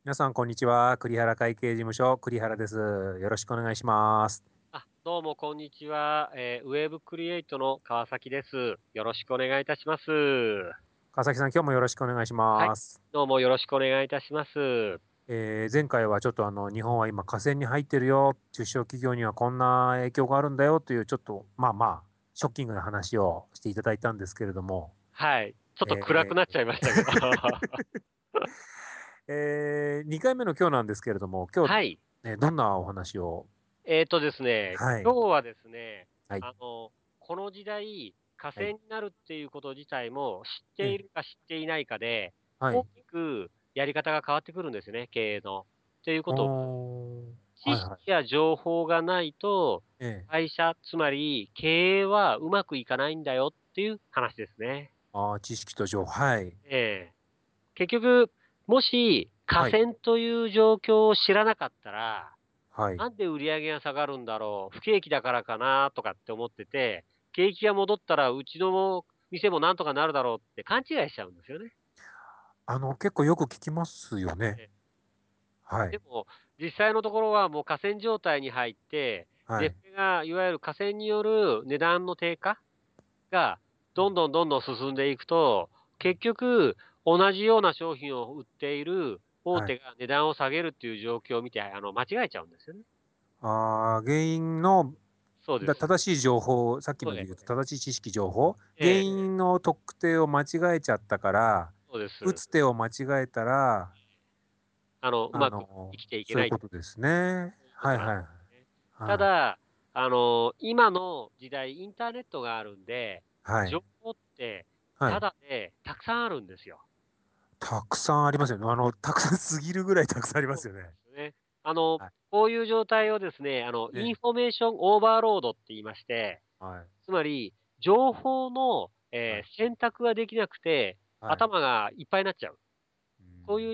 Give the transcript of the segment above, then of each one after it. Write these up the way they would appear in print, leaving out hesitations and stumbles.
皆さん、こんにちは。栗原会計事務所、栗原です。よろしくお願いします。 どうもこんにちは。ウェブクリエイトの川崎です。よろしくお願いいたします。 川崎さん、今日もよろしくお願いしはい。 ます。 どうもよろしくお願いいたします。 前回はちょっと日本は今、河川に入ってるよ。中小企業にはこんな影響があるんだよという、ちょっと、ショッキングな話をしていただいたんですけれども、 はい。ちょっと暗くえなっちゃいましたけど。 2回目の今日なんですけれども、今日、 はい。 どんなお話を。 ですね、 はい。 今日はですね、 はい。 あの、この時代、河はい。 川になるっていうこと自体も知っていえるか知っていないかで、大はい。 きくやり方が変わってくるんですね、経営の。ということは、 おー。 知識はいはい。 や情報がないと、 ええ。 会社、つまり経営はうまくいかないんだよっていう話ですね。 知識と情報。はい。 ええ。結局、もし河はい。 川という状況を知らなかったら、 はい。 なんで売り上げが下がるんだろう、不景気だからかなとかって思ってて、景気が戻ったらうちの店もなんとかなるだろうって勘違いしちゃうんですよね。 結構よく聞きますよね。 ええ。 はい。 でも、実際のところはもう河川状態に入って、で、 はい。 それがいわゆる河川による値段の低下が、 うん。 どんどん進んでいくと、 うん。 結局、同じような商品を売っている大はい。 手が値段を下げるっていう状況を見て、間違えちゃうんですよね。 原因の、 そうです。 正しい情報、さっきそうです。 ので言うと正しい知識情報、原ええ、 因の特定を間違えちゃったから、 そうです。 打つ手を間違えたら、 うまく生きていけそういない。 うことですね。 そういうことなんではいはい。 すね。たはい。 だ、今の時代、インターネットがあるんで、 はい。 情報ってはい。 ただでたくさんあるんですよ。 たくさんありますよね。たくさんすぎるぐらいたくさんありまそうすよね。 なんですね。 はい。 こういう状態をですね、インええ。 フォメーションオーバーロードって言いまして、 はい。 つまり、情報の、 はい。 選択ができなくて、 はい。 頭がいっぱいになっちゃう。 うん。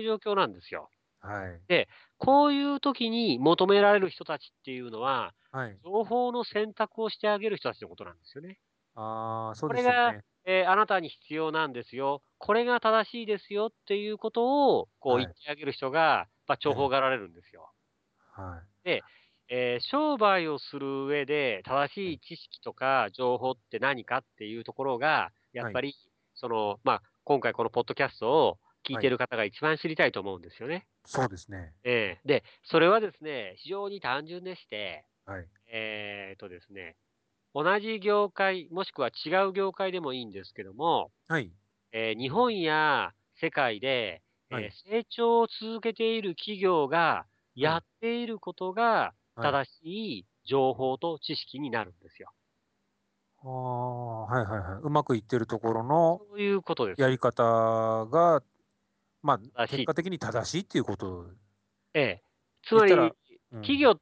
こういう状況なんですよ。 はい。 で、こういう時に求められる人たちっていうのは、 はい。 情報の選択をしてあげる人たちのことなんですよね。 ああ、そうこれが、 ですよね。 あなたに必要なんですよ。これが正しいですよっていうことを、こうはい。 言ってあげる人が、重宝ええ。 がられるんですよ。 はい。 で、商売をする上で、正はい。 しい知識とか情報って何かっていうところが、やっはい。 ぱり、今回このポッドキャストを聞いはい。 ている方が一番知りたいと思うんですよね。 そうですね。 で、それはですね、非常に単純でして、 はい。 ですね、同じ業界、もしくは違う業界でもいいんですけども、 はい。 日本や世界で、 はい。 成長を続けている企業がはい。 やっていることがはい。 正しい情報と知識になるんですよ。 ああ、はいはいはい。うまくいってるところのそういうことです。 やり方が、 正しい。 結果的に正しいっていうことええ。つまり、 言ったら。うん。 企業って、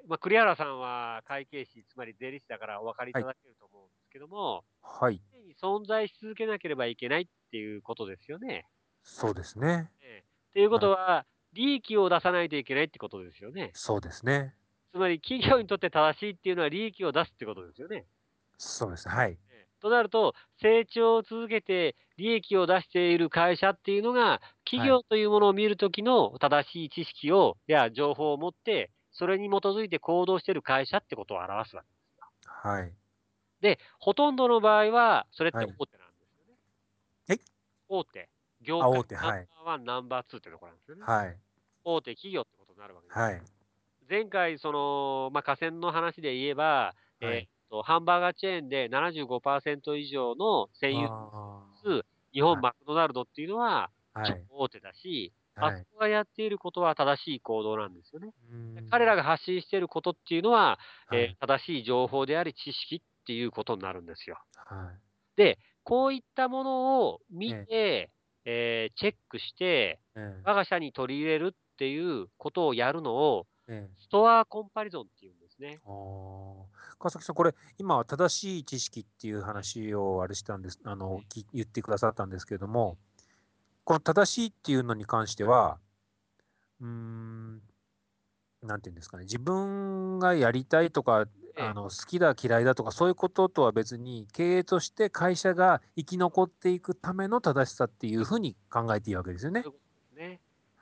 栗原さんは会計士、つまり税理士だからお分かりいはい。 ただけると思うんですけども、 はい。 常に存在し続けなければいけないっていうことですよね。 そうですね。 っていうこはい。 とは、利益を出さないといけないってことですよね。 そうですね。 つまり企業にとって正しいっていうのは利益を出すってことですよね。 そうです。はい。 となると、成長を続けて利益を出している会社っていうのが、企はい。 業というものを見るときの正しい知識や情報を持って、それに基づいて行動している会社ってことを表すわけですよ。 はい。 で、ほとんどの場合は、それってはい。 大手なんですよね。 え、 大手。業界大手、 ナンはい。 バーワン、ナンバーツーってところなんですよね。 はい。 大手企業ってことになるわけです。 はい。 前回、河川の話で言えば、 はい。 ハンバーガーチェーンで75%以上の占有率をあ持つ日あ、はい。 本マクドナルドっていうのは超はい。 大手だし、あはい。 そこがやっていることは正しい行動なんですよね。 うーん。 で彼らが発信していることっていうのは、 はい。 正しい情報であり知識っていうことになるんですよ。 はい。 で、こういったものを見ええ、 て、チェックして、 ええ、 我が社に取り入れるっていうことをやるのを、 ええ。 ストアコンパリゾンっていうんですね。 ああ。川崎さん、これ、今は正しい知識っていうはい。 話をあれしたんです、 え言ってくださったんですけれどえ、 も、この正しいっていうのに関しては、うーん、なんていうんですかね、自分がやりたいとか、 ええ、 好きだ嫌いだとか、そういうこととは別に、経営として会社が生き残っていくための正しさっていうふうに考えていいわけですよね。 そういうことですね。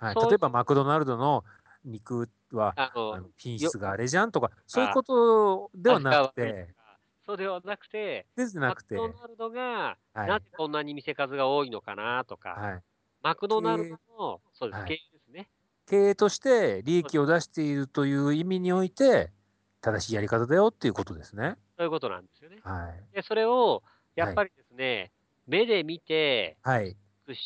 はい。 そういう、 例えばマクドナルドの肉はあの、 品よ質があれじゃんとか、そういうか、 ことではな味が悪いとくて、 か、そうではなくて、 ですなマクくて、 ドナルドがはい。 なぜこんなに店数が多いのかなとか、 はい。 マクドナル経営、 ドの、そうです、経はい。 営ですね。 経営として利そうです。 益を出しているという意味において、正しいやり方だよっていうことですね。 そういうことなんですよね。 はい。 で、それをやっはい。 ぱりですね、目で見て、 はい。 して、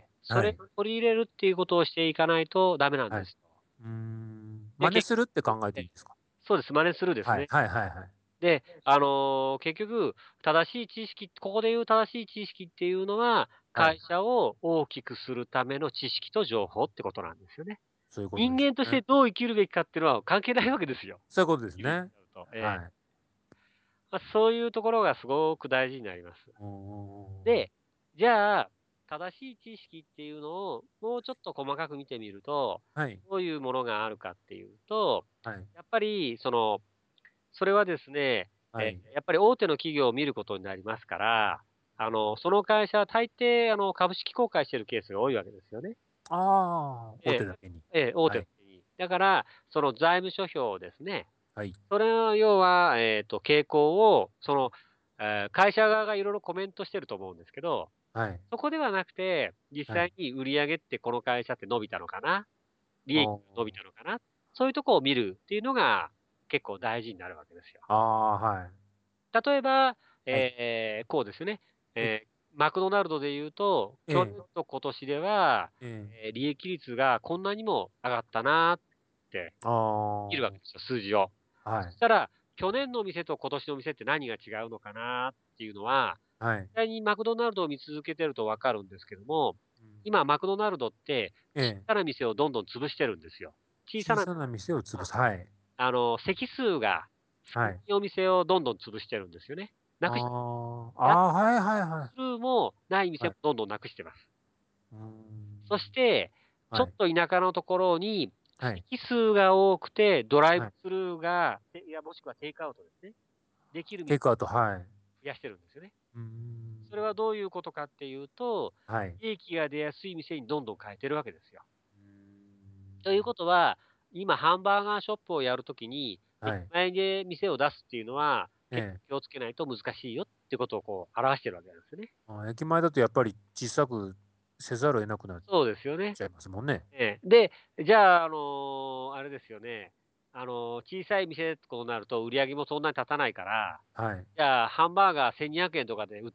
そはい。 れを取り入れるっていうことをしていかないとダメなんはい。 ですよ。で、 真似するって考えてえ、 いいですか？ そうです、真似するですはい。 ね。 はいはいはい。 で、結局、正しい知識ここで言う正しい知識っていうのは、 はい。 会社を大きくするための知識と情報ってことなんですよね。 そういうこと人間としてですね。 どう生きるべきかっていうのは関係ないわけですよ。 そういうことですはっきり言っね。 ちゃうと。ええ。 はい。 そういうところがすごく大事になります。 うんうんうんうん。 で、じゃあ、正しい知識っていうのをもうちょっと細かく見てみると、 はい。 どういうものがあるかっていうと、 はい。 やっぱりそれはですね、 はい。 やっぱり大手の企業を見ることになりますから、その会社は大抵株式公開しているケースが多いわけですよね。 ああ、 ええ、 大手だけに。 大手はい。 だけに。だから、その財務諸表ですね。 はい。 それは要は、傾向を、会社側がいろいろコメントしてると思うんですけど、 はい。 そこではなくて、実はい。 際に売り上げってこの会社って伸びたのかな、利益あが伸びたのかな、そういうところを見るっていうのが結構大事になるわけですよ。 あ、ああ、はい。 例えば、 はい。 こうですよね。 はい。 マクドナルドで言うと、去年ええ、 と今年では、 ええ。 利益率がこんなにも上がったなってああ、 見るわけですよ、数字を。 はい。 そしたら、去年の店と今年の店って何が違うのかなっていうのは、 はい。 実際にマクドナルドを見続けてると分かるんですけども、 うん。 今マクドナルドって小ええ、 さな店をどんどん潰してるんですよ。小さな、 小さな店を潰す。はい。 席数が少はい。 ないお店をどんどん潰してるんですよね。なくしああ、 やっああ、はいはいはい。 数もない店はい。 もどんどんなくしてます。 うーん。 そして、ちょはい。 っと田舎のところに、 はい。 席数が多くて、ドライブはい。 スルーが、もしくはテイクアウトですね。できる店テイクアウト、はい。 増やしてるんですよね。 うーん。 それはどういうことかっていうと、 はい。 利益が出やすい店にどんどん変えてるわけですよ。 うーというん。 ことは、今ハンバーガーショップをやるときに、駅はい。 前で店を出すっていうのは、結構ええ。 気をつけないと難しいよってことを表してるわけなんですよね。 駅前だとやっぱり小さくせざるを得なくなっそうですよね。 ちゃいますもんね。 で、じゃあ、あれですよね。小さい店となると売り上げもそんなに立たないから、 はい。 じゃあ、ハンバーガー1200円とかで売って、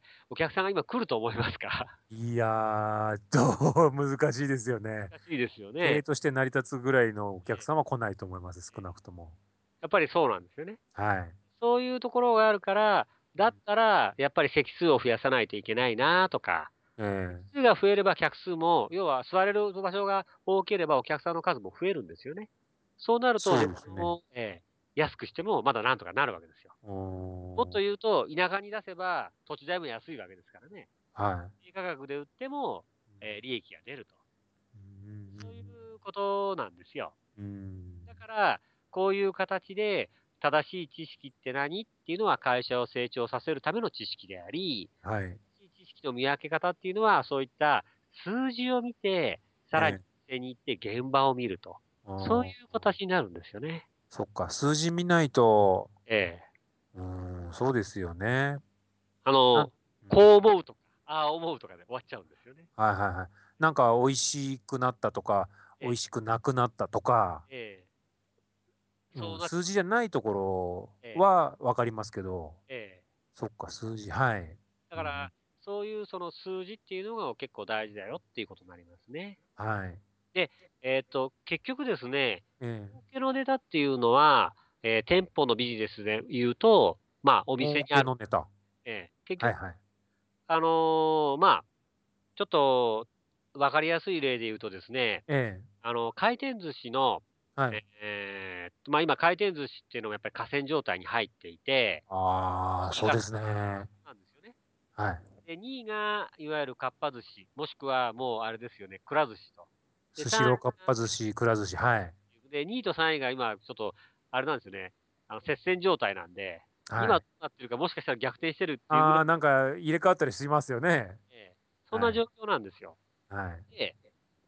お客さんが今来ると思いますか？ いや、難しいですよね。 難しいですよね。 経営として成り立つぐらいのお客えさんは来ないと思います、 え、 少なくとも。 やっぱりそうなんですよね。 はい。 そういうところがあるから、だっうん。 たらやっぱり席数を増やさないといけないなとか、 ええ、 席数が増えれば客数も、要は座れる場所が多ければお客さんの数も増えるんですよね。そうなるとそうですね。 安くしてもまだなんとかなるわけですよ。 うーもっとん。 言うと、田舎に出せば土地代も安いわけですからね。 はい。 低価格で売っても、利益が出ると。 うんうんそういうことなんですよ。 うんうん。うーん。 だから、こういう形で、正しい知識って何っていうのは会社を成長させるための知識であり、 はい。 正しい知識の見分け方っていうのは、そういった数字を見て、さらにええ。 店に行って現場を見ると。 あそういうあ、 形になるんですよね。 そっか、数字見ないと、 ええ。 そうですよね。 あなんの、 うん。 こう思うとか、ああ思うとかで終わっちゃうんですよね。 はいはいはい。なんか美味しくなったとか、 ええ、 美味しくなくなったとか、 ええ。そうなっちゃ数字じゃないとこええ、 ろは分かりますけど、 ええ。 そっか、数字、はい。うん、 だから、そういうその数字っていうのが結構大事だよっていうことになりますね。 はい。 で、結局ですね、 ええ。 儲けのネタっていうのは、店舗のビジネスで言うと、まあ、お店儲にある、 けのネタ。 結局、 はいはい。 まあ、ちょっと分かりやすい例で言うとですね、 ええ。 回転寿司の、 はい。 まあ、今回転寿司っていうのがやっぱり寡占状態に入っていて、 ああ、 2位がそうですね。 なんですよね。 はい。 で、2位がいわゆるかっぱ寿司、もしくはもうあれですよね、くら寿司と。で、 スシ 3 ローかっぱ位が寿司、くら寿司、はい。 で、2位と3位が今ちょっとあれなんですよね、接戦状態なんで、今どはい。 うなってるか、もしかしたら逆転してるっていうぐらい、 ああ、なんか入れ替わったりしますよね。 ええ、そんはい。 な状況なんですよ。 はい。 で、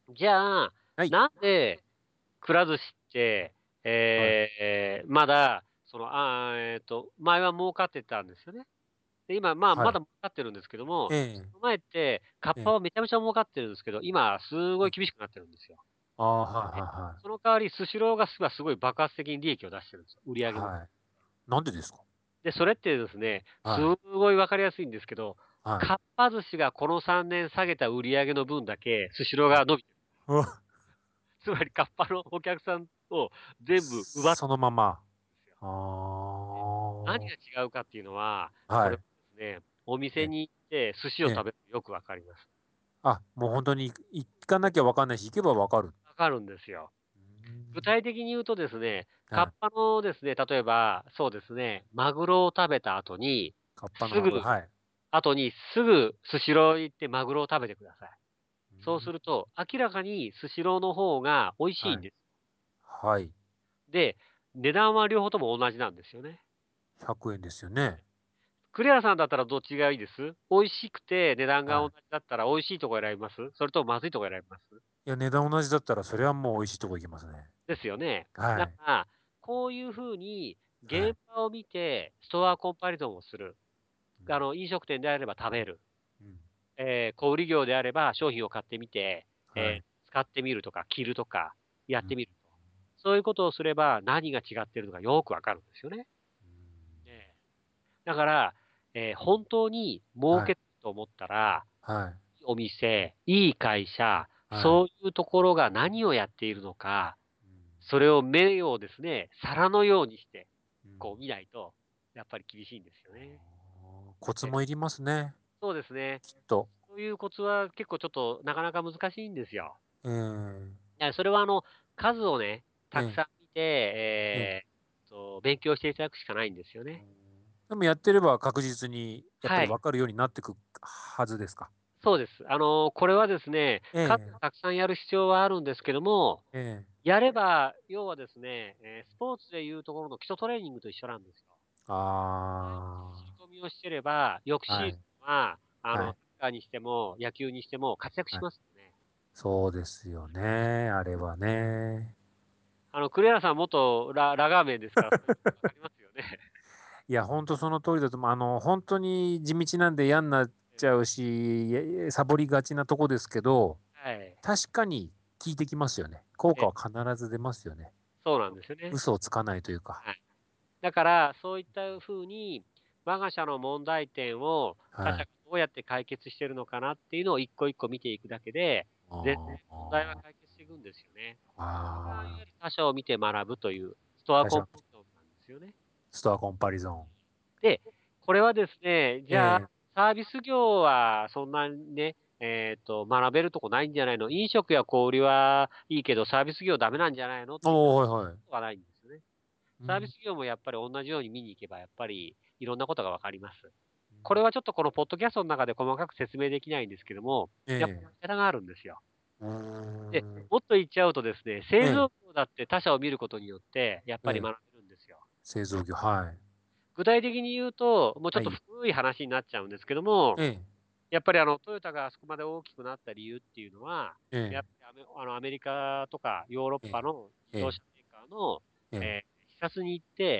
じゃあ、 はい。 なんでくら寿司って、 はい。 まだ、前は儲かってたんですよね。で、今、まあ、 はい。 まだ儲かってるんですけども、 ええ、 その前って、カッええ、 パはめちゃめちゃ儲かってるんですけど、今すごええ。 い厳しくなってるんですよ。 ああ、はいで、 はいはい。 その代わりスシローがすごい爆発的に利益を出してるんですよ、売り上げも。 はい。なんでですか？ で、それってですね、すはい。 ごい分かりやすいんですけど、 はい。 かっぱ寿司がこの3年下げた売り上げの分だけ、スシローはい。 が伸びてる。 うわ、 つまりカッパのお客さんを全部奪ってそのまま。 るんですよ。 あで、何があ。 違うかっていうのは、これははい。 ですね、お店ええ、 に行って寿司をええ。 食べるとよくわかります。 あ、もうほんとに行かなきゃ分かんないし、行けば分かる。 わかるんですよ。 うーん。 具体的に言うとですね、カッはい。 パのですね、例えば、そうですね、マグロを食べた後に、 カッパのすぐマグロ、はい。 すぐスシロー行ってマグロを食べてください。そううーん。 すると、明らかにスシローの方が美味しいはい。 んです。 はい。 で、値段は両方とも同じなんですよね。 100円ですよね。 栗原さんだったらどっちがいいです？美味しくて値段が同はい。 じだったら美味しいとこ選びます？それともまずいとこ選びます？ いや、値段同じだったら、それはもう美味しいとこ行きますね。 ですよね。 はい。 だから、こういう風に現はい。 場を見てストアコンパリゾンをする。 うん。 飲食店であれば食べる。 うん。 小売業であれば商品を買ってみて、 はい。 使ってみるとか、着るとか、やっうん。 てみると。そういうことをすれば、何が違っているのかよくわかるんですよね。 うーん。 ええ。だから、本当に儲はい。 けと思ったら、 はい。 いいお店、いい会社、 はい。 そういうところが何をやっているのか、 うん。 それを目をですね、皿のようにして、 うん。 こう見ないと、やっぱり厳しいんですよあね。 あ、コツえ、 もいりますね、 そうですね。 きっと。 そういうコツは結構ちょっとなかなか難しいんですよ。 ええ。 それは数をね、 ええ。 たくさん見て、 ええ。 勉強していただくしかないんですよね。 うーん。でもやってれば確実にやっぱはい。 り分かるようになってくはずですか？ そうです。これはですね、 ええ。 数をたくさんやる必要はあるんですけども、 ええ。 やれば、要はですね、スポーツでいうところの基礎トレーニングと一緒なんですよ。毎日仕あ込みをしてれば、翌あ、はシーズい。 ンは、サッはい。 カーにしても野球にしても活躍しはい。 ますよね。 そうですよね、あれはね。 栗原さん元ラガーメンですから、そういうこと分かりますよね。 いや、ほんとその通りだと思う。ほんとに地道なんで嫌んなっええ、 ちゃうし、サボりがちなとこですけど、 はい。 確かに効いてきますよね。効ええ、 果は必ず出ますよね。 そうなんですよね。 嘘をつかないというか。 はい。だから、そういった風に、我が社の問題点を他社がはい。 どうやって解決してるのかなっていうのを一個一個見ていくだけで、全然あ問題はあ、 解決していくんですよね。これがいわああ、 ゆる他社を見て学ぶというストアコン確かポジションなんですよね。 ストアコンパリゾン。 で、これはですね、じゃあ、 ええ。 サービス業はそんなにね、学べるとこないんじゃないの？飲食や小売りはいいけど、サービス業ダメなんじゃないの？って言ったら、 おお、はいはい。 そうはないんですよね。サービうん。 ス業もやっぱり同じように見に行けば、やっぱりいろんなことが分かります。 うん。 これはちょっとこのポッドキャストの中で細かく説明できないんですけども、やっぱええ。 り仕方があるんですよ。 うーで、 ん。 もっと言っちゃうとですね、製造ええ、 業だって他社を見ることによって、やっぱりええ。 学べるんですよ。 製造業、はい。 具体的に言うと、もうちょっとはい。 古い話になっちゃうんですけども、 ええ、 やっぱりトヨタがあそこまで大きくなった理由っていうのは、 ええ、 やっぱりアメリカとかヨーロッええ、 パの自ええ、 動車メーカーの、 ええ、 視察に行って、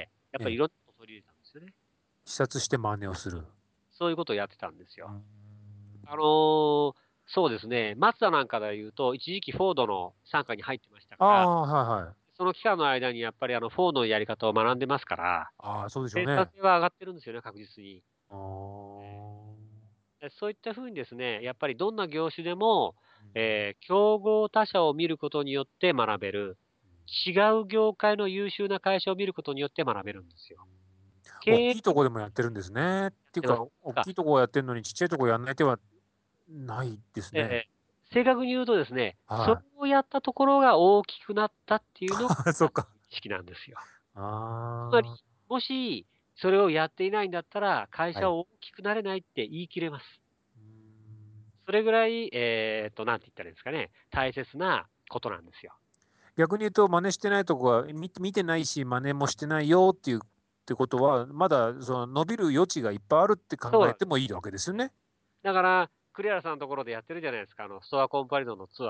やっええ。 ぱりいろんなことを取り入れたんですよね。 視察して真似をする。 そういうことをやってたんですよ。 うーん。 あの、そうですね、マツダなんかで言うと、一時期フォードの傘下に入ってましたから、 ああ、はいはい。 その期間の間にやっぱりフォードのやり方を学んでますから、 ああ、そうでしょう生産ね。 性は上がってるんですよね、確実に。 ああ。 そういった風にですね、やっぱりどんな業種でも、 うん。 競合他社を見ることによって学べる。違う業界の優秀な会社を見ることによって学べるんですよ。経大営きいとこでもやってるんですね。っていうか、 やってます。 大か、 きいとこやってんのにちっちゃいとこやんない手はないですね。 ええ、正確に言うとですね、それはい。 をやったところが大きくなったっていうのそっがか。 知識なんですよ。つまり、 ああ。 もしそれをやっていないんだったら、会はい。 社は大きくなれないって言い切れます。 うーん。 それぐらい、なんて言ったらいいんですかね、大切なことなんですよ。 逆に言うと、真似してないとこは、見てないし、真似もしてないよっていうってことは、まだその伸びる余地がいっぱいあるって考そうなんですえてもいいわけですよね。 ね。 だから、栗原さんのところでやってるじゃないですか、ストアコンパリゾンのツアーを。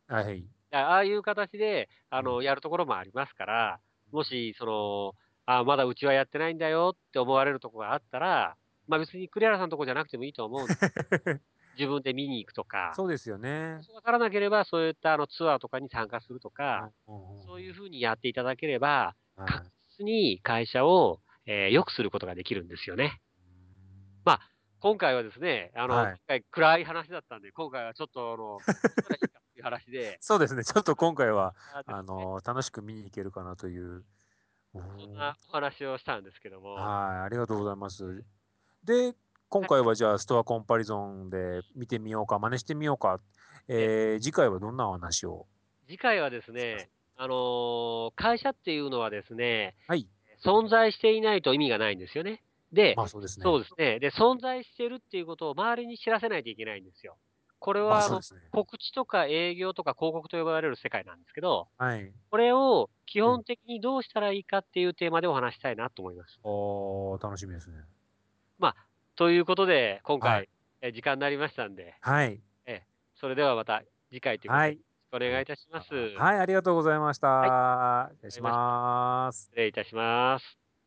はい。 ああいう形で、 うん。 やるところもありますから、もし、まだうちはやってないんだよって思われるところがあったら、別に栗原さんのとこじゃなくてもいいと思うんです。自分で見に行くとか、 そうですよね。 もし分からなければ、そういったツアーとかに参加するとか、 うんうんうんうん。 そういう風にやっていただければ、確はい。 実に会社を、良くすることができるんですよね。まあ、今回はですね、 はい。 前回暗い話だったんで、今回はちょっとどうしたらいいかっていう話で、 そうですね、ちょっと今回は、 ですね、 楽しく見に行けるかなという。うーそんん。 なお話をしたんですけども、 はい、ありがとうございます。で、今回はじゃあ、ストアコンパリゾンで見てみようか、真似してみようか。 え、 次回はどんなお話を次回はですします？ ね、会社っていうのはですね、 はい。 存在していないと意味がないんですよね。で、 まあ、そうですね。 そうですね。で、存在してるっていうことを周りに知らせないといけないんですよ。これまあ、 はそうですね。 告知とか営業とか広告と呼ばれる世界なんですけど、 はい。 これを基うん。 本的にどうしたらいいかっていうテーマでお話したいなと思います。 楽しみですね。 まあ、ということで、今はい。 回、時間になりましたんで、 はい。 ええ、それではまた次回ということで、よはい。 ろしくお願いいたします。 はい、ありがとうございましはい、 た。失礼しありがとうございました。 ます。 失礼いたします。